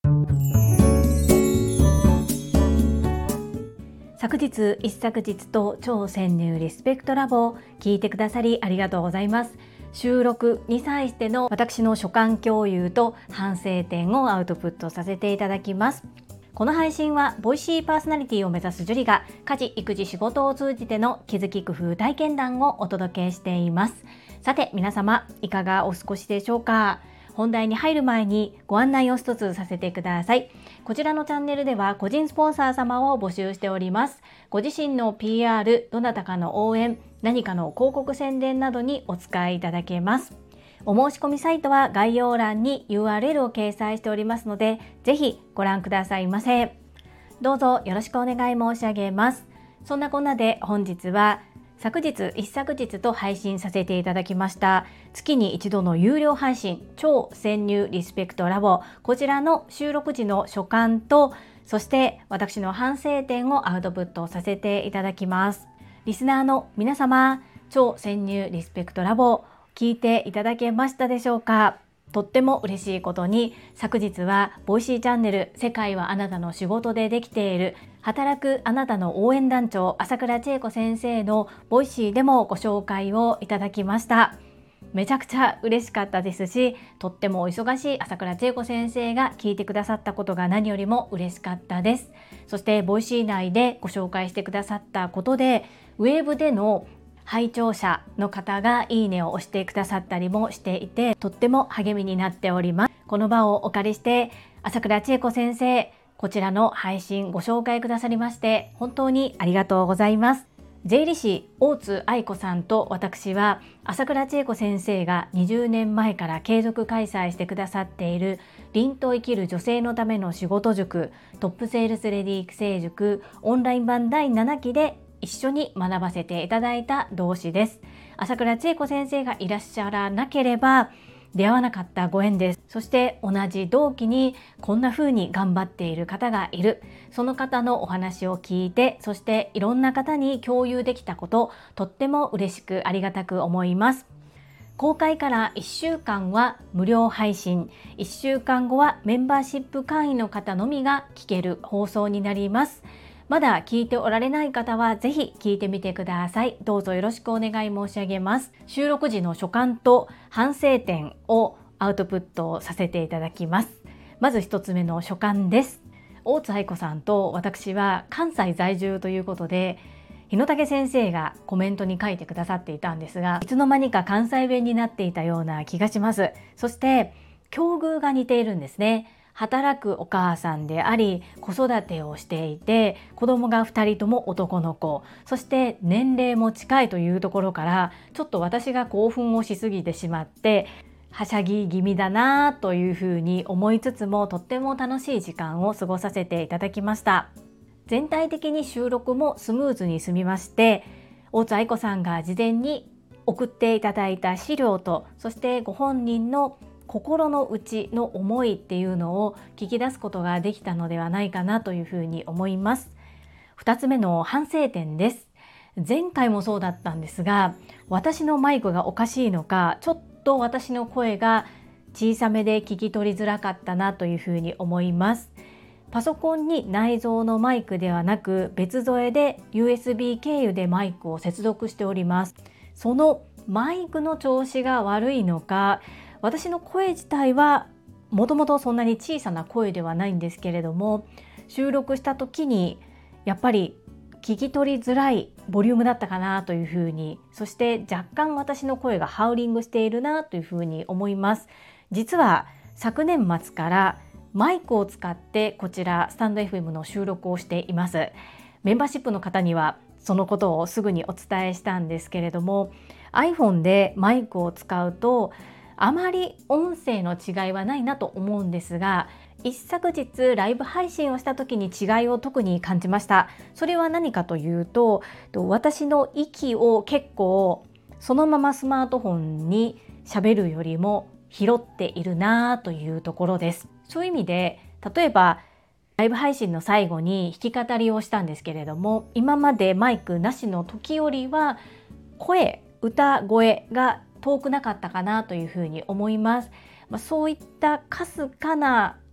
昨日一昨日と超潜入リスペクトラボを聞いてくださりありがとうございます。収録に際しての私の所感共有と反省点をアウトプットさせていただきます。この配信はボイシーパーソナリティを目指すジュリが家事・育児・仕事を通じての気づき工夫体験談をお届けしています。さて皆様いかがお過ごしでしょうか。本題に入る前にご案内を一つさせてください。こちらのチャンネルでは個人スポンサー様を募集しております。ご自身の PR、どなたかの応援、何かの広告宣伝などにお使いいただけます。お申し込みサイトは概要欄に URL を掲載しておりますので、ぜひご覧くださいませ。どうぞよろしくお願い申し上げます。そんなこんなで本日は昨日一昨日と配信させていただきました月に一度の有料配信超潜入リスペクトラボ、こちらの収録時の所感とそして私の反省点をアウトプットさせていただきます。リスナーの皆様、超潜入リスペクトラボ聞いていただけましたでしょうか。とっても嬉しいことに昨日はボイシーチャンネル世界はあなたの仕事でできている働くあなたの応援団長朝倉千恵子先生のボイシーでもご紹介をいただきました。めちゃくちゃ嬉しかったですし、とってもお忙しい朝倉千恵子先生が聞いてくださったことが何よりも嬉しかったです。そしてボイシー内でご紹介してくださったことでウェブでの拝聴者の方がいいねを押してくださったりもしていて、とっても励みになっております。この場をお借りして朝倉千恵子先生、こちらの配信ご紹介くださりまして本当にありがとうございます。税理士大津愛子さんと私は朝倉千恵子先生が20年前から継続開催してくださっている凛と生きる女性のための仕事塾、トップセールスレディ育成塾オンライン版第7期で一緒に学ばせていただいた同志です。朝倉千恵子先生がいらっしゃらなければ出会わなかったご縁です。そして同じ同期にこんな風に頑張っている方がいる。その方のお話を聞いて、そしていろんな方に共有できたこと、とっても嬉しくありがたく思います。公開から1週間は無料配信、1週間後はメンバーシップ会員の方のみが聞ける放送になります。まだ聞いておられない方はぜひ聞いてみてください。どうぞよろしくお願い申し上げます。収録時の所感と反省点をアウトプットさせていただきます。まず一つ目の所感です。大津愛子さんと私は関西在住ということで、日野武先生がコメントに書いてくださっていたんですが、いつの間にか関西弁になっていたような気がします。そして境遇が似ているんですね。働くお母さんであり子育てをしていて子供が2人とも男の子、そして年齢も近いというところからちょっと私が興奮をしすぎてしまってはしゃぎ気味だなというふうに思いつつもとっても楽しい時間を過ごさせていただきました。全体的に収録もスムーズに済みまして、大津愛子さんが事前に送っていただいた資料とそしてご本人の心の内の思いっていうのを聞き出すことができたのではないかなというふうに思います。2つ目の反省点です。前回もそうだったんですが、私のマイクがおかしいのか、ちょっと私の声が小さめで聞き取りづらかったなというふうに思います。パソコンに内蔵のマイクではなく別添えで USB 経由でマイクを接続しております。そのマイクの調子が悪いのか、私の声自体はもともとそんなに小さな声ではないんですけれども、収録した時にやっぱり聞き取りづらいボリュームだったかなというふうに、そして若干私の声がハウリングしているなというふうに思います。実は昨年末からマイクを使ってこちらスタンド FM の収録をしています。メンバーシップの方にはそのことをすぐにお伝えしたんですけれども、 iPhone でマイクを使うとあまり音声の違いはないなと思うんですが、一昨日ライブ配信をした時に違いを特に感じました。それは何かというと、私の息を結構そのままスマートフォンに喋るよりも拾っているなというところです。そういう意味で例えばライブ配信の最後に弾き語りをしたんですけれども、今までマイクなしの時よりは歌声が遠くなかったかなというふうに思います。そういったかすかな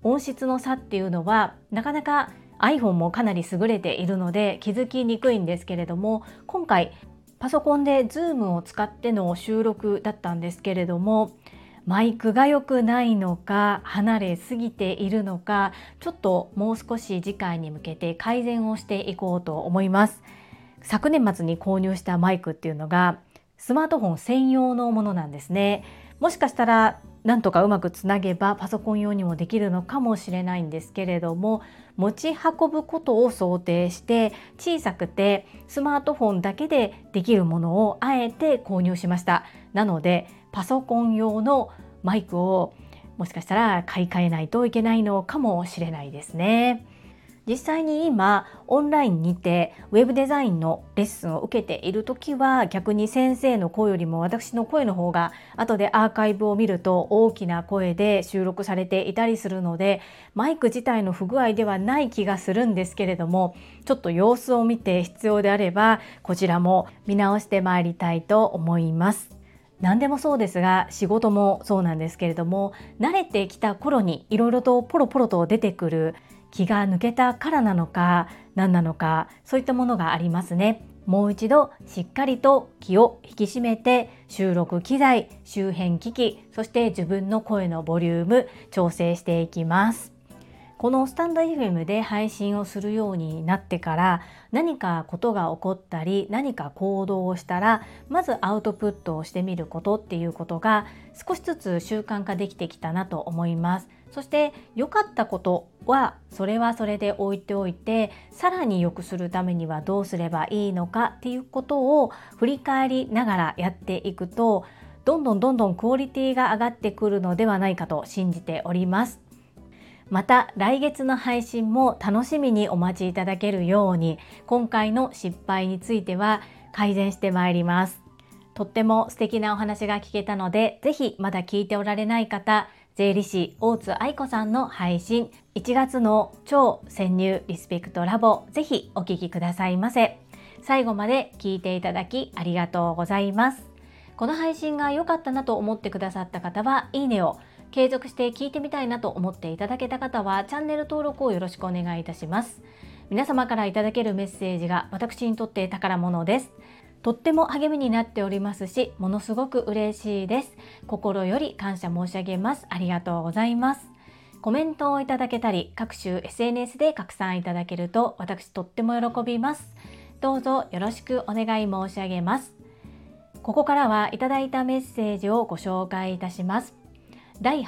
音質の差っていうのはなかなか iPhone もかなり優れているので気づきにくいんですけれども、今回パソコンで Zoom を使っての収録だったんですけれども、マイクが良くないのか離れすぎているのか、ちょっともう少し次回に向けて改善をしていこうと思います。昨年末に購入したマイクっていうのがスマートフォン専用のものなんですね。もしかしたらなんとかうまくつなげばパソコン用にもできるのかもしれないんですけれども、持ち運ぶことを想定して小さくてスマートフォンだけでできるものをあえて購入しました。なのでパソコン用のマイクをもしかしたら買い替えないといけないのかもしれないですね。実際に今オンラインにてウェブデザインのレッスンを受けているときは、逆に先生の声よりも私の声の方が後でアーカイブを見ると大きな声で収録されていたりするので、マイク自体の不具合ではない気がするんですけれども、ちょっと様子を見て必要であればこちらも見直してまいりたいと思います。何でもそうですが、仕事もそうなんですけれども、慣れてきた頃にいろいろとポロポロと出てくる気が抜けたからなのか何なのか、そういったものがありますね。もう一度しっかりと気を引き締めて、収録機材、周辺機器、そして自分の声のボリューム調整していきます。このスタンド FM で配信をするようになってから、何かことが起こったり何か行動をしたらまずアウトプットをしてみることっていうことが少しずつ習慣化できてきたなと思います。そして良かったことはそれはそれで置いておいて、さらに良くするためにはどうすればいいのかっていうことを振り返りながらやっていくと、どんどんクオリティが上がってくるのではないかと信じております。また来月の配信も楽しみにお待ちいただけるように、今回の失敗については改善してまいります。とっても素敵なお話が聞けたので、ぜひまだ聞いておられない方、税理士大津愛子さんの配信1月の超潜入リスペクトラボ、ぜひお聞きくださいませ。最後まで聞いていただきありがとうございます。この配信が良かったなと思ってくださった方はいいねを、継続して聞いてみたいなと思っていただけた方はチャンネル登録をよろしくお願いいたします。皆様からいただけるメッセージが私にとって宝物です。とっても励みになっておりますし、ものすごく嬉しいです。心より感謝申し上げます。ありがとうございます。コメントをいただけたり、各種 SNS で拡散いただけると私とっても喜びます。どうぞよろしくお願い申し上げます。ここからはいただいたメッセージをご紹介いたします。第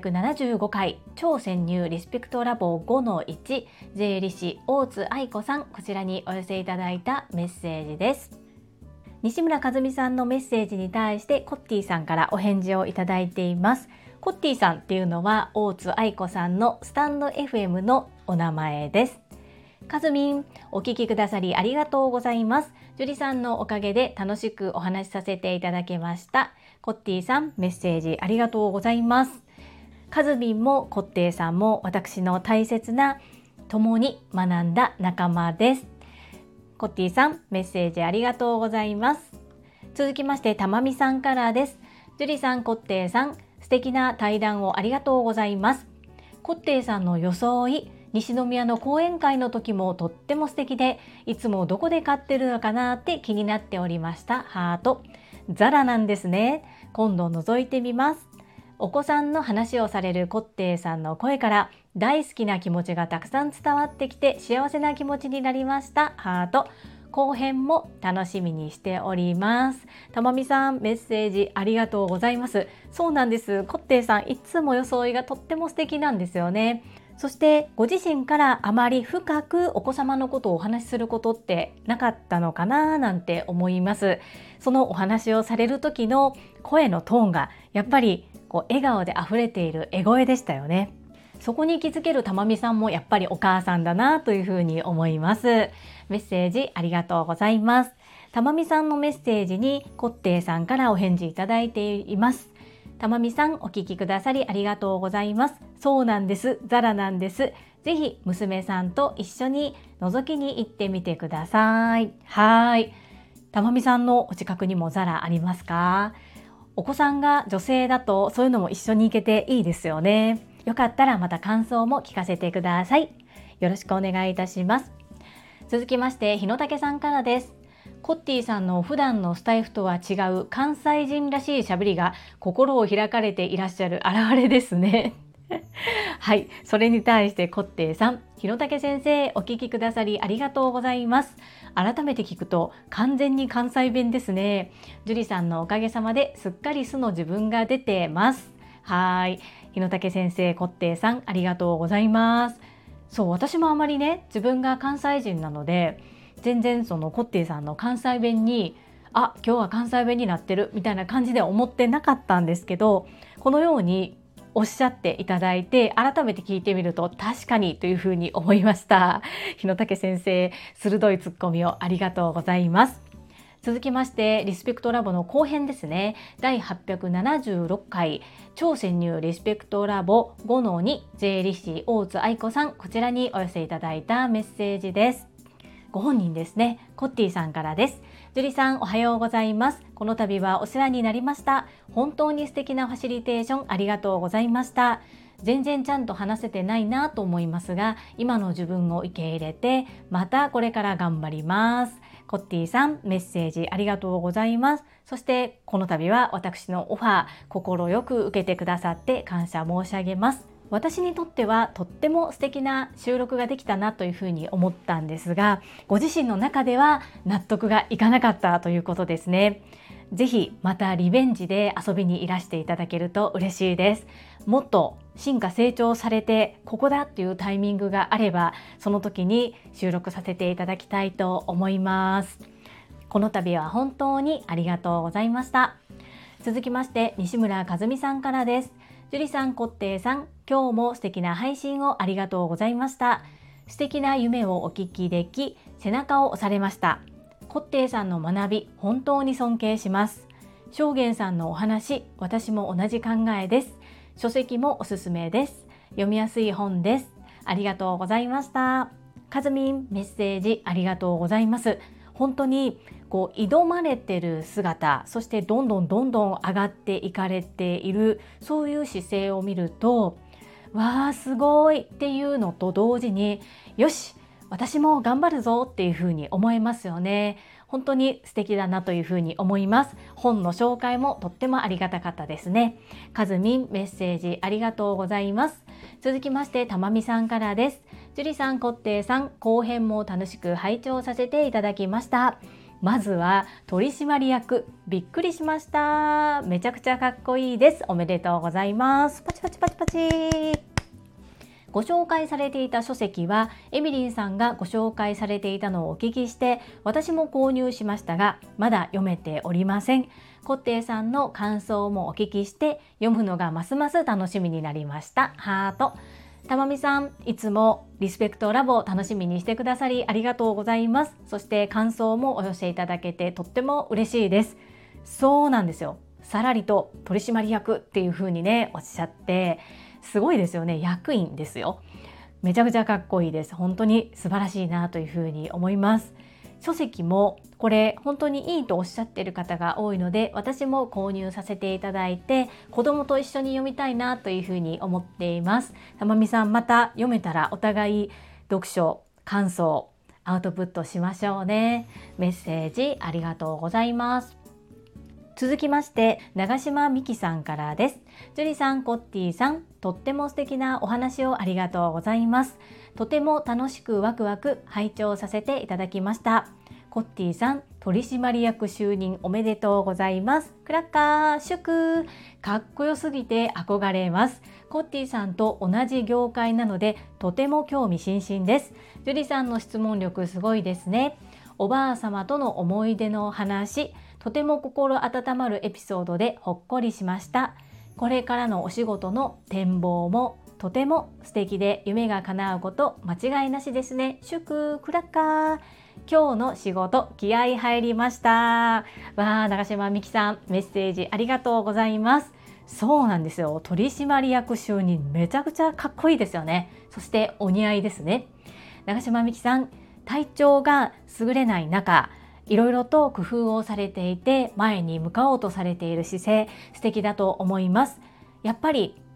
875回超潜入リスペクトラボ 5-1 税理士大津愛子さん、こちらにお寄せいただいたメッセージです。西村和美さんのメッセージに対してコッティさんからお返事をいただいています。コッティさんっていうのは大津愛子さんのスタンド FM のお名前です。かずみん、お聞きくださりありがとうございます。樹里さんのおかげで楽しくお話しさせていただけました。コッティさん、メッセージありがとうございます。かずみんもコッティさんも私の大切な共に学んだ仲間です。コッティさん、メッセージありがとうございます。続きましてたまみさんからです。樹里さん、コッティさん、素敵な対談をありがとうございます。コッティさんの装い、西宮の講演会の時もとっても素敵で、いつもどこで買ってるのかなって気になっておりました。ハート。ザラなんですね。今度覗いてみます。お子さんの話をされるコッテイさんの声から大好きな気持ちがたくさん伝わってきて幸せな気持ちになりました。ハート。後編も楽しみにしております。たまみさん、メッセージありがとうございます。そうなんです。コッテイさん、いつも装いがとっても素敵なんですよね。そしてご自身からあまり深くお子様のことをお話しすることってなかったのかななんて思います。そのお話をされる時の声のトーンがやっぱり笑顔で溢れている笑声でしたよね。そこに気づけるたまみさんもやっぱりお母さんだなというふうに思います。メッセージありがとうございます。たまみさんのメッセージにコッテイさんからお返事いただいています。たまみさん、お聞きくださりありがとうございます。そうなんです。ザラなんです。ぜひ娘さんと一緒に覗きに行ってみてください。はい。たまみさんのお近くにもザラありますか？お子さんが女性だとそういうのも一緒に行けていいですよね。 よかったらまた感想も聞かせてください。よろしくお願いいたします。続きまして日野武さんからです。コッティさんの普段のスタイフとは違う関西人らしい喋りが心を開かれていらっしゃる表れですね。はい、それに対してコッティさん、日野武先生、お聞きくださりありがとうございます。改めて聞くと完全に関西弁ですね。樹里さんのおかげさまですっかり素の自分が出てます。はい、日野武先生、コッティさん、ありがとうございます。そう、私もあまりね、自分が関西人なので全然そのコッティさんの関西弁に今日は関西弁になってるみたいな感じで思ってなかったんですけど、このようにおっしゃっていただいて改めて聞いてみると確かにというふうに思いました。日野武先生、鋭いツッコミをありがとうございます。続きましてリスペクトラボの後編ですね。第876回超潜入リスペクトラボ 5-2 税理士大津愛子さん、こちらにお寄せいただいたメッセージです。ご本人ですね、コッティさんからです。樹里さん、おはようございます。この度はお世話になりました。本当に素敵なファシリテーションありがとうございました。全然ちゃんと話せてないなと思いますが、今の自分を受け入れてまたこれから頑張ります。コッティさん、メッセージありがとうございます。そしてこの度は私のオファー心よく受けてくださって感謝申し上げます。私にとってはとっても素敵な収録ができたなというふうに思ったんですが、ご自身の中では納得がいかなかったということですね。ぜひまたリベンジで遊びにいらしていただけると嬉しいです。もっと進化成長されてここだっていうタイミングがあれば、その時に収録させていただきたいと思います。この度は本当にありがとうございました。続きまして西村和美さんからです。樹里さん、コッテイさん、今日も素敵な配信をありがとうございました。素敵な夢をお聞きでき、背中を押されました。コッテイさんの学び、本当に尊敬します。正元さんのお話、私も同じ考えです。書籍もおすすめです。読みやすい本です。ありがとうございました。かずみん、メッセージありがとうございます。本当に挑まれてる姿、そしてどんどん上がっていかれている、そういう姿勢を見ると、わーすごいっていうのと同時に、よし私も頑張るぞっていうふうに思えますよね。本当に素敵だなというふうに思います。本の紹介もとってもありがたかったですね。かずみん、メッセージありがとうございます。続きましてたまみさんからです。樹里さん、コッテイさん、後編も楽しく拝聴させていただきました。まずは取締役、びっくりしました。めちゃくちゃかっこいいです。おめでとうございます。パチパチパチパチ。ご紹介されていた書籍はエミリンさんがご紹介されていたのをお聞きして私も購入しましたが、まだ読めておりません。コッテイさんの感想もお聞きして読むのがますます楽しみになりました。ハート。たまみさん、いつもリスペクトラボを楽しみにしてくださりありがとうございます。そして感想もお寄せいただけてとっても嬉しいです。そうなんですよ。さらりと取締役っていう風にねおっしゃって、すごいですよね。役員ですよ。めちゃくちゃかっこいいです。本当に素晴らしいなという風に思います。書籍もこれ本当にいいとおっしゃっている方が多いので、私も購入させていただいて子供と一緒に読みたいなというふうに思っています。たまみさん、また読めたらお互い読書感想アウトプットしましょうね。メッセージありがとうございます。続きまして長島美希さんからです。樹里さん、コッティさん、とっても素敵なお話をありがとうございます。とても楽しくワクワク拝聴させていただきました。コッティさん、取締役就任おめでとうございます。クラッカー祝。かっこよすぎて憧れます。コッティさんと同じ業界なのでとても興味津々です。樹里さんの質問力すごいですね。おばあ様との思い出の話、とても心温まるエピソードでほっこりしました。これからのお仕事の展望もとても素敵で夢が叶うこと間違いなしですね。祝クラッカー。今日の仕事気合い入りました。長島美希さん、メッセージありがとうございます。そうなんですよ。取締役就任めちゃくちゃかっこいいですよね。そしてお似合いですね。長島美希さん、体調が優れない中、いろいろと工夫をされていて前に向かおうとされている姿勢、素敵だと思います。やっぱり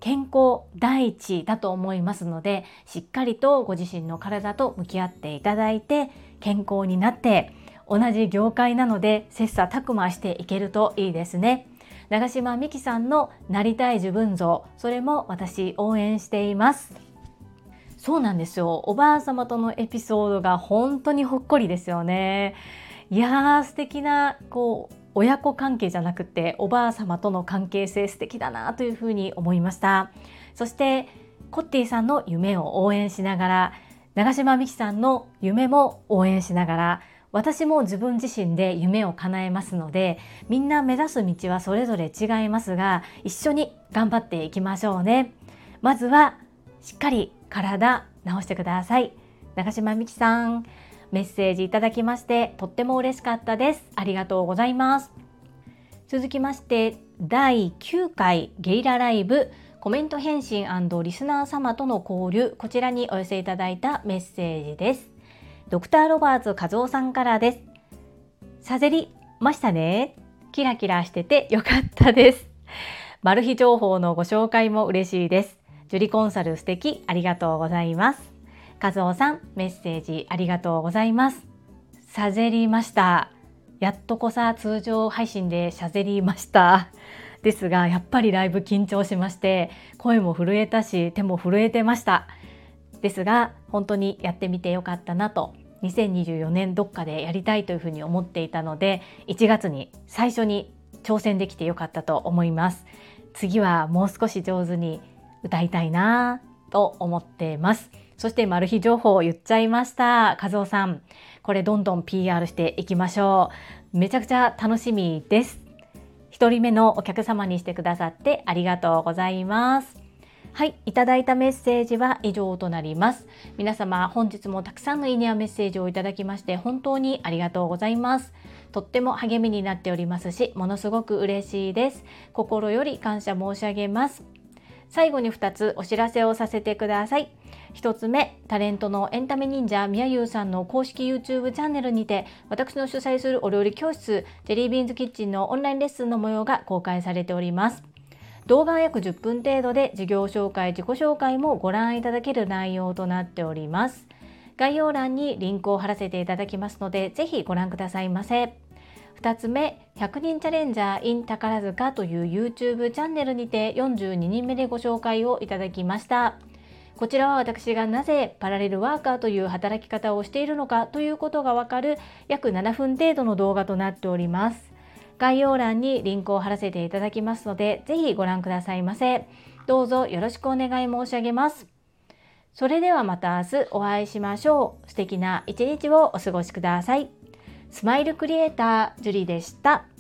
健康第一だと思いますので、しっかりとご自身の体と向き合っていただいて、健康になって同じ業界なので切磋琢磨していけるといいですね。長島美希さんのなりたい自分像、それも私応援しています。そうなんですよ。おばあ様とのエピソードが本当にほっこりですよね。いやー、素敵な親子関係じゃなくておばあ様との関係性素敵だなというふうに思いました。そしてコッティさんの夢を応援しながら、長島美希さんの夢も応援しながら、私も自分自身で夢を叶えますので、みんな目指す道はそれぞれ違いますが、一緒に頑張っていきましょうね。まずはしっかり体治してください。長島美希さん、メッセージいただきましてとっても嬉しかったです。ありがとうございます。続きまして第9回ゲリラライブコメント返信&リスナー様との交流、こちらにお寄せいただいたメッセージです。ドクターロバーツ和夫さんからです。さぜりましたね。キラキラしててよかったです。マル秘情報のご紹介も嬉しいです。ジュリコンサル素敵、ありがとうございます。和夫さん、メッセージありがとうございます。さぜりました。やっとこさ通常配信でしゃぜりました。ですがやっぱりライブ緊張しまして、声も震えたし手も震えてました。ですが本当にやってみてよかったなと、2024年どっかでやりたいというふうに思っていたので、1月に最初に挑戦できてよかったと思います。次はもう少し上手に歌いたいなと思っています。そしてマル秘情報を言っちゃいました。和夫さん、これどんどん PR していきましょう。めちゃくちゃ楽しみです。1人目のお客様にしてくださってありがとうございます。はい、いただいたメッセージは以上となります。皆様本日もたくさんのいいねやメッセージをいただきまして本当にありがとうございます。とっても励みになっておりますし、ものすごく嬉しいです。心より感謝申し上げます。最後に2つお知らせをさせてください。1つ目、タレントのエンタメ忍者みやゆうさんの公式 YouTube チャンネルにて、私の主催するお料理教室ジェリービーンズキッチンのオンラインレッスンの模様が公開されております。動画は約10分程度で、事業紹介、自己紹介もご覧いただける内容となっております。概要欄にリンクを貼らせていただきますので、ぜひご覧くださいませ。2つ目、100人チャレンジャー in 宝塚という YouTube チャンネルにて42人目でご紹介をいただきました。こちらは私がなぜパラレルワーカーという働き方をしているのかということがわかる約7分程度の動画となっております。概要欄にリンクを貼らせていただきますので、ぜひご覧くださいませ。どうぞよろしくお願い申し上げます。それではまた明日お会いしましょう。素敵な一日をお過ごしください。スマイルクリエイタージュリでした。